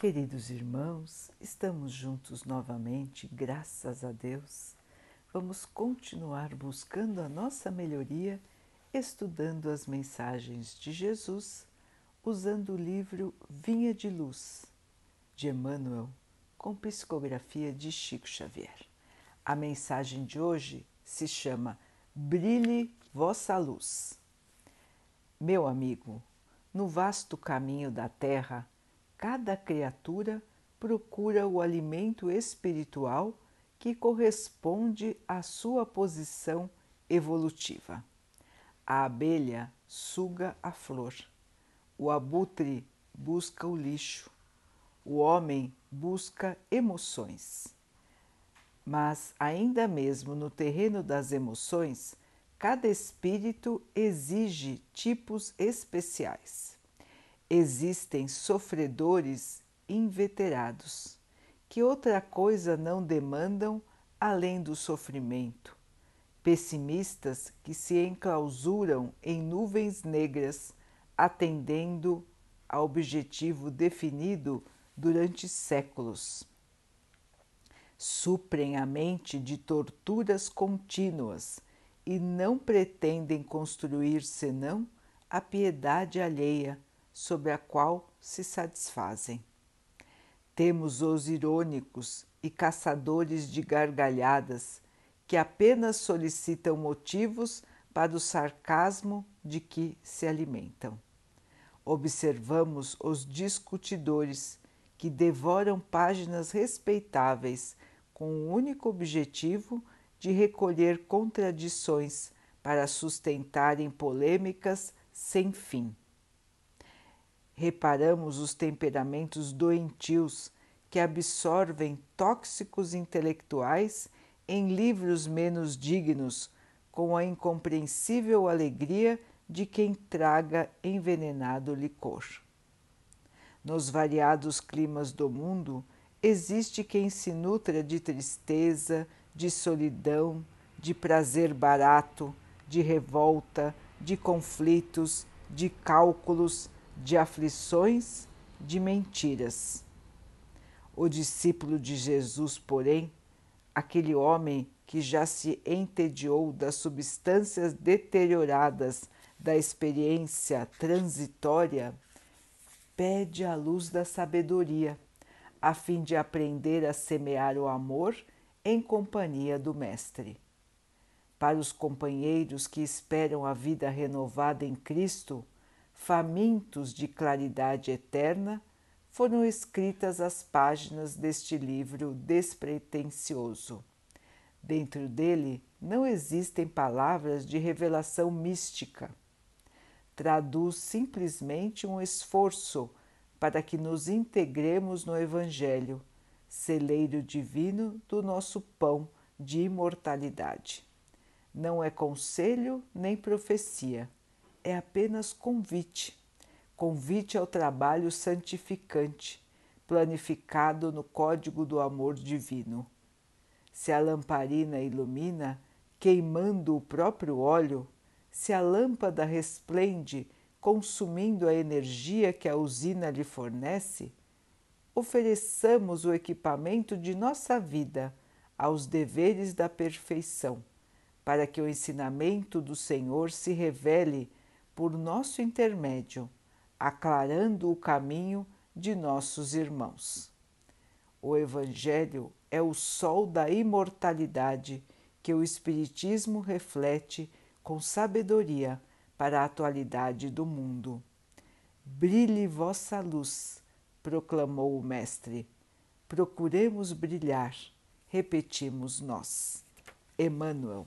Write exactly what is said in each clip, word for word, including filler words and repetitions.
Queridos irmãos, estamos juntos novamente, graças a Deus. Vamos continuar buscando a nossa melhoria, estudando as mensagens de Jesus, usando o livro Vinha de Luz, de Emmanuel, com psicografia de Chico Xavier. A mensagem de hoje se chama Brilhe vossa luz. Meu amigo, no vasto caminho da terra, cada criatura procura o alimento espiritual que corresponde à sua posição evolutiva. A abelha suga a flor, o abutre busca o lixo, o homem busca emoções. Mas, ainda mesmo no terreno das emoções, cada espírito exige tipos especiais. Existem sofredores inveterados, que outra coisa não demandam além do sofrimento, pessimistas que se enclausuram em nuvens negras, atendendo a objetivo definido durante séculos. Suprem a mente de torturas contínuas e não pretendem construir senão a piedade alheia, sobre a qual se satisfazem. Temos os irônicos e caçadores de gargalhadas, que apenas solicitam motivos para o sarcasmo de que se alimentam. Observamos os discutidores, que devoram páginas respeitáveis com o único objetivo de recolher contradições para sustentarem polêmicas sem fim. Reparamos os temperamentos doentios que absorvem tóxicos intelectuais em livros menos dignos, com a incompreensível alegria de quem traga envenenado licor. Nos variados climas do mundo, existe quem se nutra de tristeza, de solidão, de prazer barato, de revolta, de conflitos, de cálculos, de aflições, de mentiras. O discípulo de Jesus, porém, aquele homem que já se entediou das substâncias deterioradas da experiência transitória, pede a luz da sabedoria, a fim de aprender a semear o amor em companhia do Mestre. Para os companheiros que esperam a vida renovada em Cristo, famintos de claridade eterna, foram escritas as páginas deste livro despretensioso. Dentro dele não existem palavras de revelação mística. Traduz simplesmente um esforço para que nos integremos no Evangelho, celeiro divino do nosso pão de imortalidade. Não é conselho nem profecia, é apenas convite, convite ao trabalho santificante, planificado no código do amor divino. Se a lamparina ilumina, queimando o próprio óleo, se a lâmpada resplende, consumindo a energia que a usina lhe fornece, ofereçamos o equipamento de nossa vida aos deveres da perfeição, para que o ensinamento do Senhor se revele por nosso intermédio, aclarando o caminho de nossos irmãos. O Evangelho é o sol da imortalidade que o Espiritismo reflete com sabedoria para a atualidade do mundo. Brilhe vossa luz, proclamou o Mestre. Procuremos brilhar, repetimos nós. Emmanuel.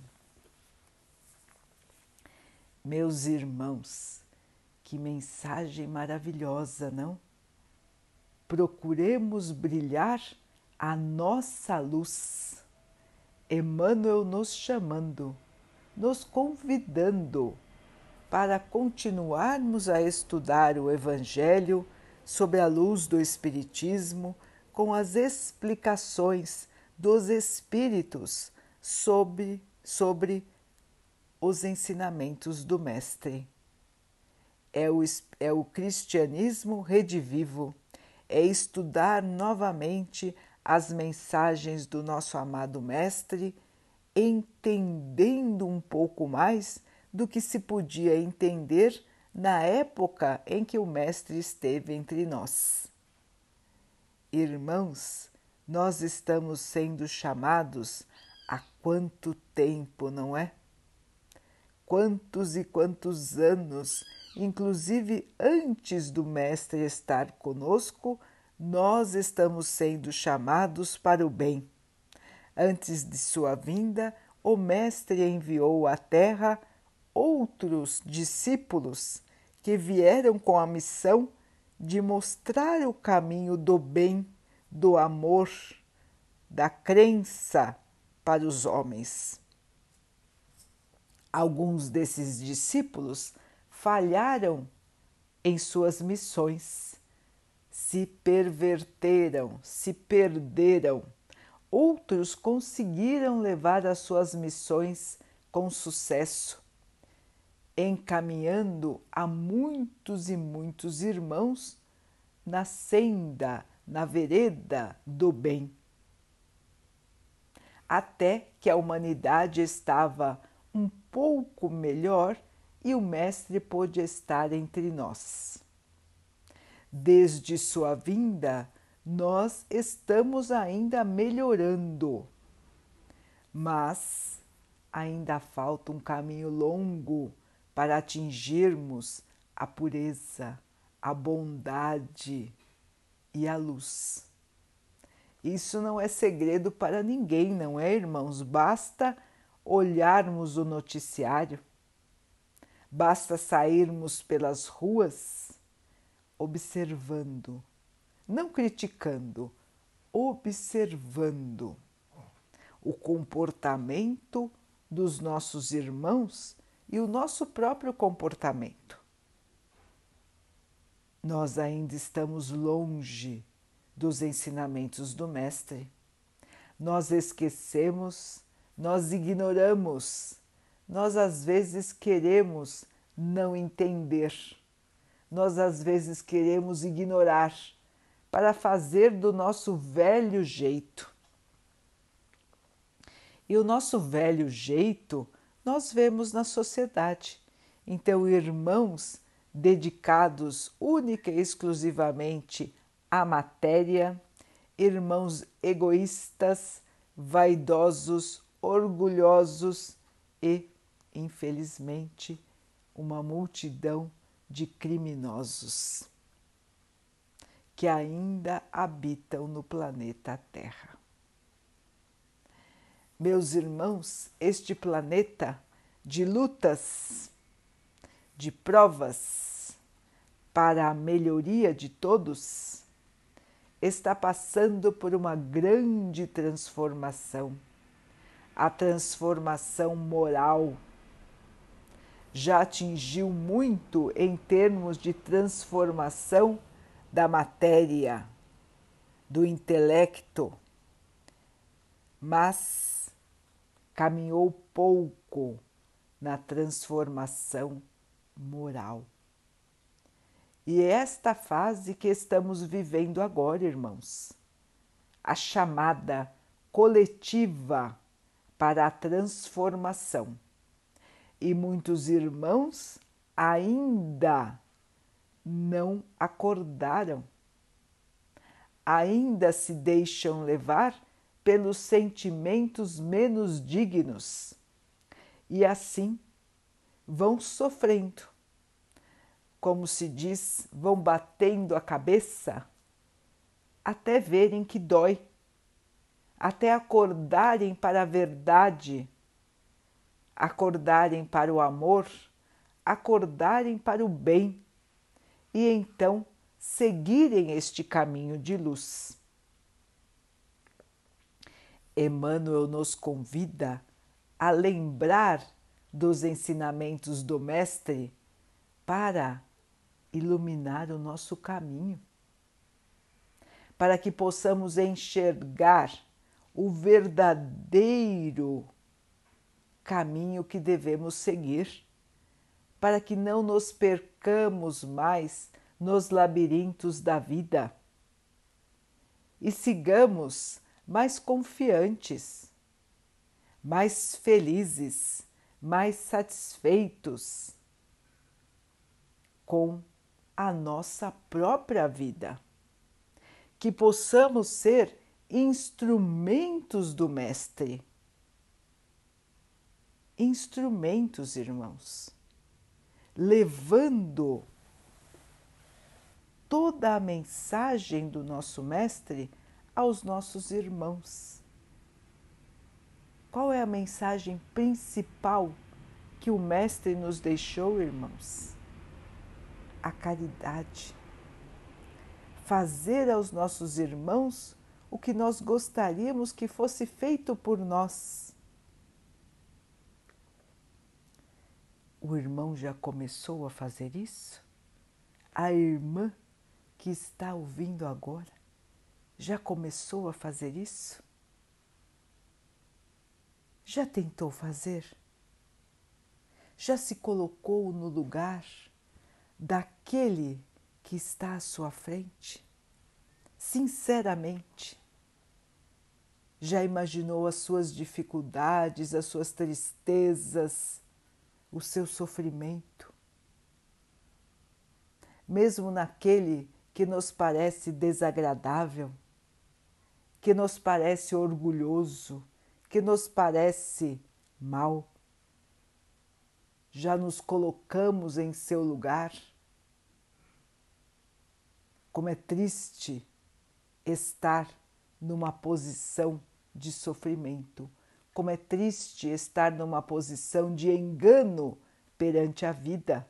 Meus irmãos, que mensagem maravilhosa, não? Procuremos brilhar a nossa luz. Emmanuel nos chamando, nos convidando para continuarmos a estudar o Evangelho sob a luz do Espiritismo, com as explicações dos Espíritos sobre, sobre os ensinamentos do Mestre. É o, é o cristianismo redivivo, é estudar novamente as mensagens do nosso amado Mestre, entendendo um pouco mais do que se podia entender na época em que o Mestre esteve entre nós. Irmãos, nós estamos sendo chamados há quanto tempo, não é? Quantos e quantos anos, inclusive antes do Mestre estar conosco, nós estamos sendo chamados para o bem. Antes de sua vinda, o Mestre enviou à Terra outros discípulos que vieram com a missão de mostrar o caminho do bem, do amor, da crença para os homens. Alguns desses discípulos falharam em suas missões, se perverteram, se perderam. Outros conseguiram levar as suas missões com sucesso, encaminhando a muitos e muitos irmãos na senda, na vereda do bem. Até que a humanidade estava um pouco melhor e o Mestre pôde estar entre nós. Desde sua vinda, nós estamos ainda melhorando, mas ainda falta um caminho longo para atingirmos a pureza, a bondade e a luz. Isso não é segredo para ninguém, não é, irmãos? Basta olharmos o noticiário, basta sairmos pelas ruas observando, não criticando, observando o comportamento dos nossos irmãos e o nosso próprio comportamento. Nós ainda estamos longe dos ensinamentos do Mestre. Nós esquecemos, nós ignoramos, nós às vezes queremos não entender, nós às vezes queremos ignorar para fazer do nosso velho jeito. E o nosso velho jeito nós vemos na sociedade. Então, irmãos dedicados única e exclusivamente à matéria, irmãos egoístas, vaidosos, orgulhosos e, infelizmente, uma multidão de criminosos que ainda habitam no planeta Terra. Meus irmãos, este planeta de lutas, de provas para a melhoria de todos, está passando por uma grande transformação, a transformação moral. Já atingiu muito em termos de transformação da matéria, do intelecto, mas caminhou pouco na transformação moral. E é esta fase que estamos vivendo agora, irmãos, a chamada coletiva para a transformação. E muitos irmãos ainda não acordaram, ainda se deixam levar pelos sentimentos menos dignos e assim vão sofrendo. Como se diz, vão batendo a cabeça até verem que dói, até acordarem para a verdade, acordarem para o amor, acordarem para o bem e então seguirem este caminho de luz. Emmanuel nos convida a lembrar dos ensinamentos do Mestre para iluminar o nosso caminho, para que possamos enxergar o verdadeiro caminho que devemos seguir, para que não nos percamos mais nos labirintos da vida, e sigamos mais confiantes, mais felizes, mais satisfeitos com a nossa própria vida. Que possamos ser instrumentos do Mestre. Instrumentos, irmãos, levando toda a mensagem do nosso Mestre aos nossos irmãos. Qual é a mensagem principal que o Mestre nos deixou, irmãos? A caridade. Fazer aos nossos irmãos o que nós gostaríamos que fosse feito por nós. O irmão já começou a fazer isso? A irmã que está ouvindo agora já começou a fazer isso? Já tentou fazer? Já se colocou no lugar daquele que está à sua frente? Sinceramente, já imaginou as suas dificuldades, as suas tristezas, o seu sofrimento? Mesmo naquele que nos parece desagradável, que nos parece orgulhoso, que nos parece mal, já nos colocamos em seu lugar? Como é triste estar numa posição de sofrimento, como é triste estar numa posição de engano perante a vida.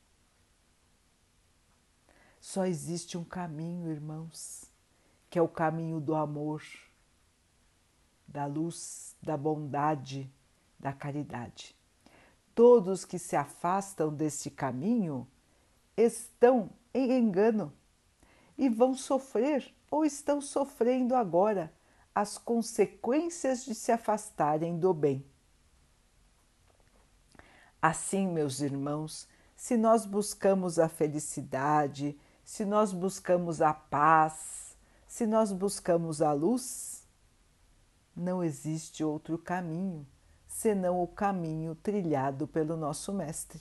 Só existe um caminho, irmãos, que é o caminho do amor, da luz, da bondade, da caridade. Todos que se afastam deste caminho estão em engano e vão sofrer ou estão sofrendo agora as consequências de se afastarem do bem. Assim, meus irmãos, se nós buscamos a felicidade, se nós buscamos a paz, se nós buscamos a luz, não existe outro caminho senão o caminho trilhado pelo nosso Mestre.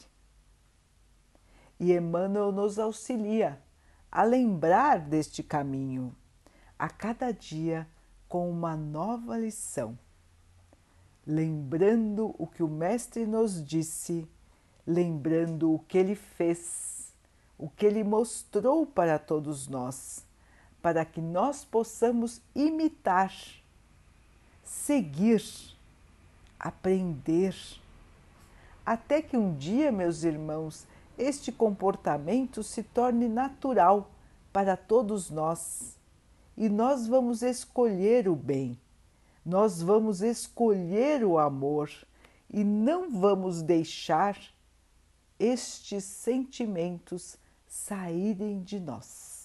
E Emmanuel nos auxilia a lembrar deste caminho, a cada dia com uma nova lição, lembrando o que o Mestre nos disse, lembrando o que Ele fez, o que Ele mostrou para todos nós, para que nós possamos imitar, seguir, aprender, até que um dia, meus irmãos, este comportamento se torne natural para todos nós e nós vamos escolher o bem, nós vamos escolher o amor e não vamos deixar estes sentimentos saírem de nós.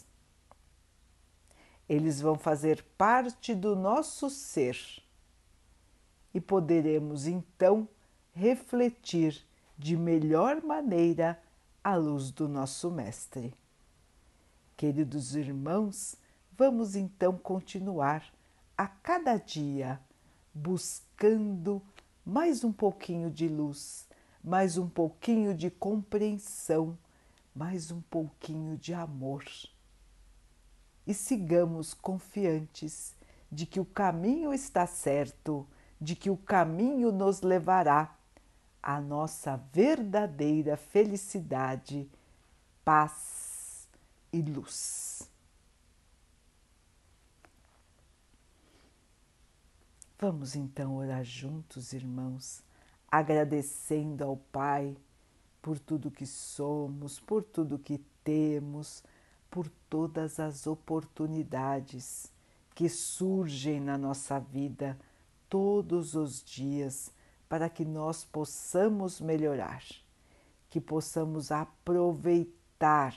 Eles vão fazer parte do nosso ser e poderemos então refletir de melhor maneira a luz do nosso Mestre. Queridos irmãos, vamos então continuar a cada dia buscando mais um pouquinho de luz, mais um pouquinho de compreensão, mais um pouquinho de amor. E sigamos confiantes de que o caminho está certo, de que o caminho nos levará à nossa verdadeira felicidade, paz e luz. Vamos então orar juntos, irmãos, agradecendo ao Pai por tudo que somos, por tudo que temos, por todas as oportunidades que surgem na nossa vida todos os dias para que nós possamos melhorar, que possamos aproveitar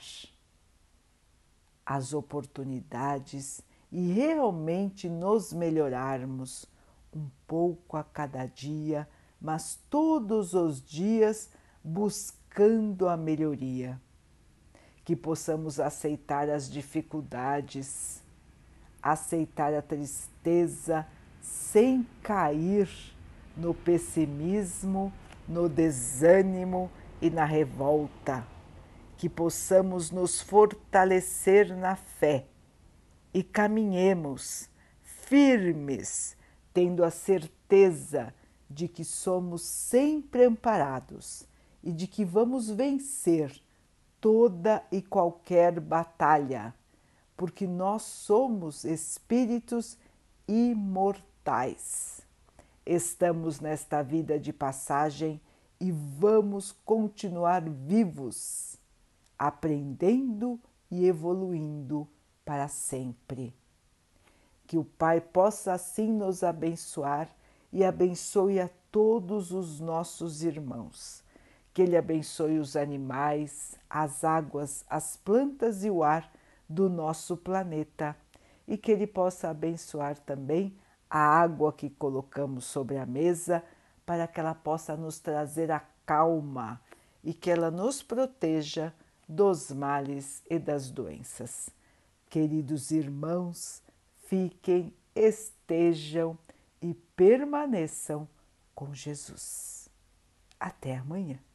as oportunidades e realmente nos melhorarmos um pouco a cada dia, mas todos os dias buscando a melhoria. Que possamos aceitar as dificuldades, aceitar a tristeza sem cair no pessimismo, no desânimo e na revolta, que possamos nos fortalecer na fé e caminhemos firmes, tendo a certeza de que somos sempre amparados e de que vamos vencer toda e qualquer batalha, porque nós somos espíritos imortais. Estamos nesta vida de passagem e vamos continuar vivos, aprendendo e evoluindo para sempre. Que o Pai possa assim nos abençoar e abençoe a todos os nossos irmãos. Que Ele abençoe os animais, as águas, as plantas e o ar do nosso planeta e que Ele possa abençoar também a água que colocamos sobre a mesa para que ela possa nos trazer a calma e que ela nos proteja dos males e das doenças. Queridos irmãos, fiquem, estejam e permaneçam com Jesus. Até amanhã.